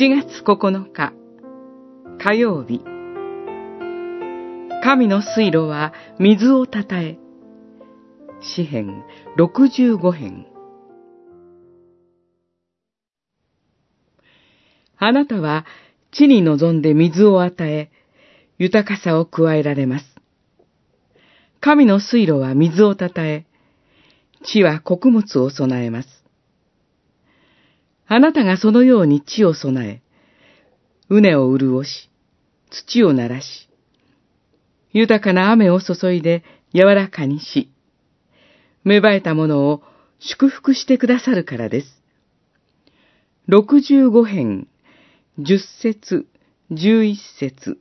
7月9日火曜日。神の水路は水をたたえ。詩編65編。あなたは地に臨んで水を与え、豊かさを加えられます。神の水路は水をたたえ、地は穀物を備えます。あなたがそのように地を備え、畝を潤し、土をならし、豊かな雨を注いで柔らかにし、芽生えたものを祝福してくださるからです。65編、10節、11節。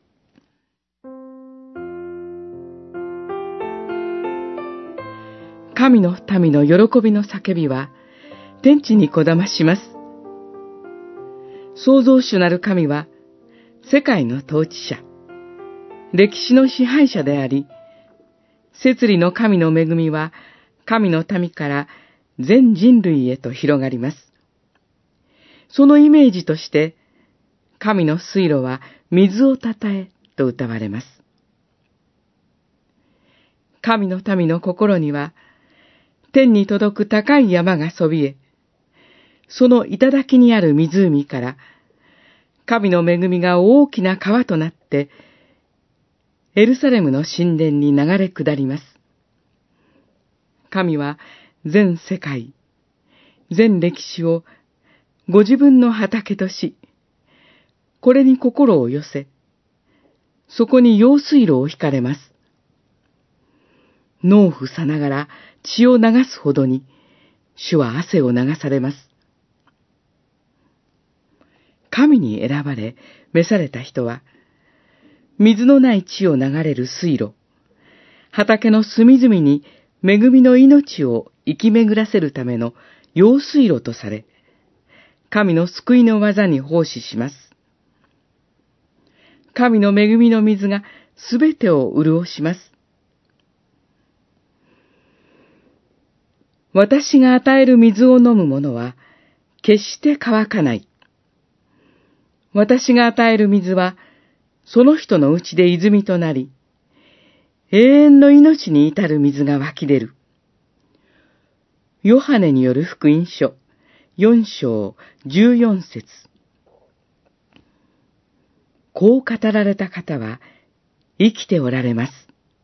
神の民の喜びの叫びは、天地にこだまします。創造主なる神は、世界の統治者、歴史の支配者であり、摂理の神の恵みは、神の民から全人類へと広がります。そのイメージとして、神の水路は水をたたえと歌われます。神の民の心には、天に届く高い山がそびえ、その頂にある湖から、神の恵みが大きな川となって、エルサレムの神殿に流れ下ります。神は全世界、全歴史をご自分の畑とし、これに心を寄せ、そこに用水路を引かれます。農夫さながら血を流すほどに、主は汗を流されます。神に選ばれ、召された人は、水のない地を流れる水路、畑の隅々に恵みの命を生き巡らせるための用水路とされ、神の救いの技に奉仕します。神の恵みの水がすべてを潤します。私が与える水を飲む者は、決して乾かない。私が与える水は、その人のうちで泉となり、永遠の命に至る水が湧き出る。ヨハネによる福音書、4章14節。こう語られた方は、生きておられます。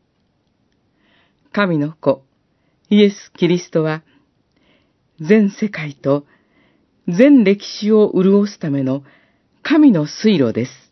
神の子、イエス・キリストは、全世界と全歴史を潤すための神の水路です。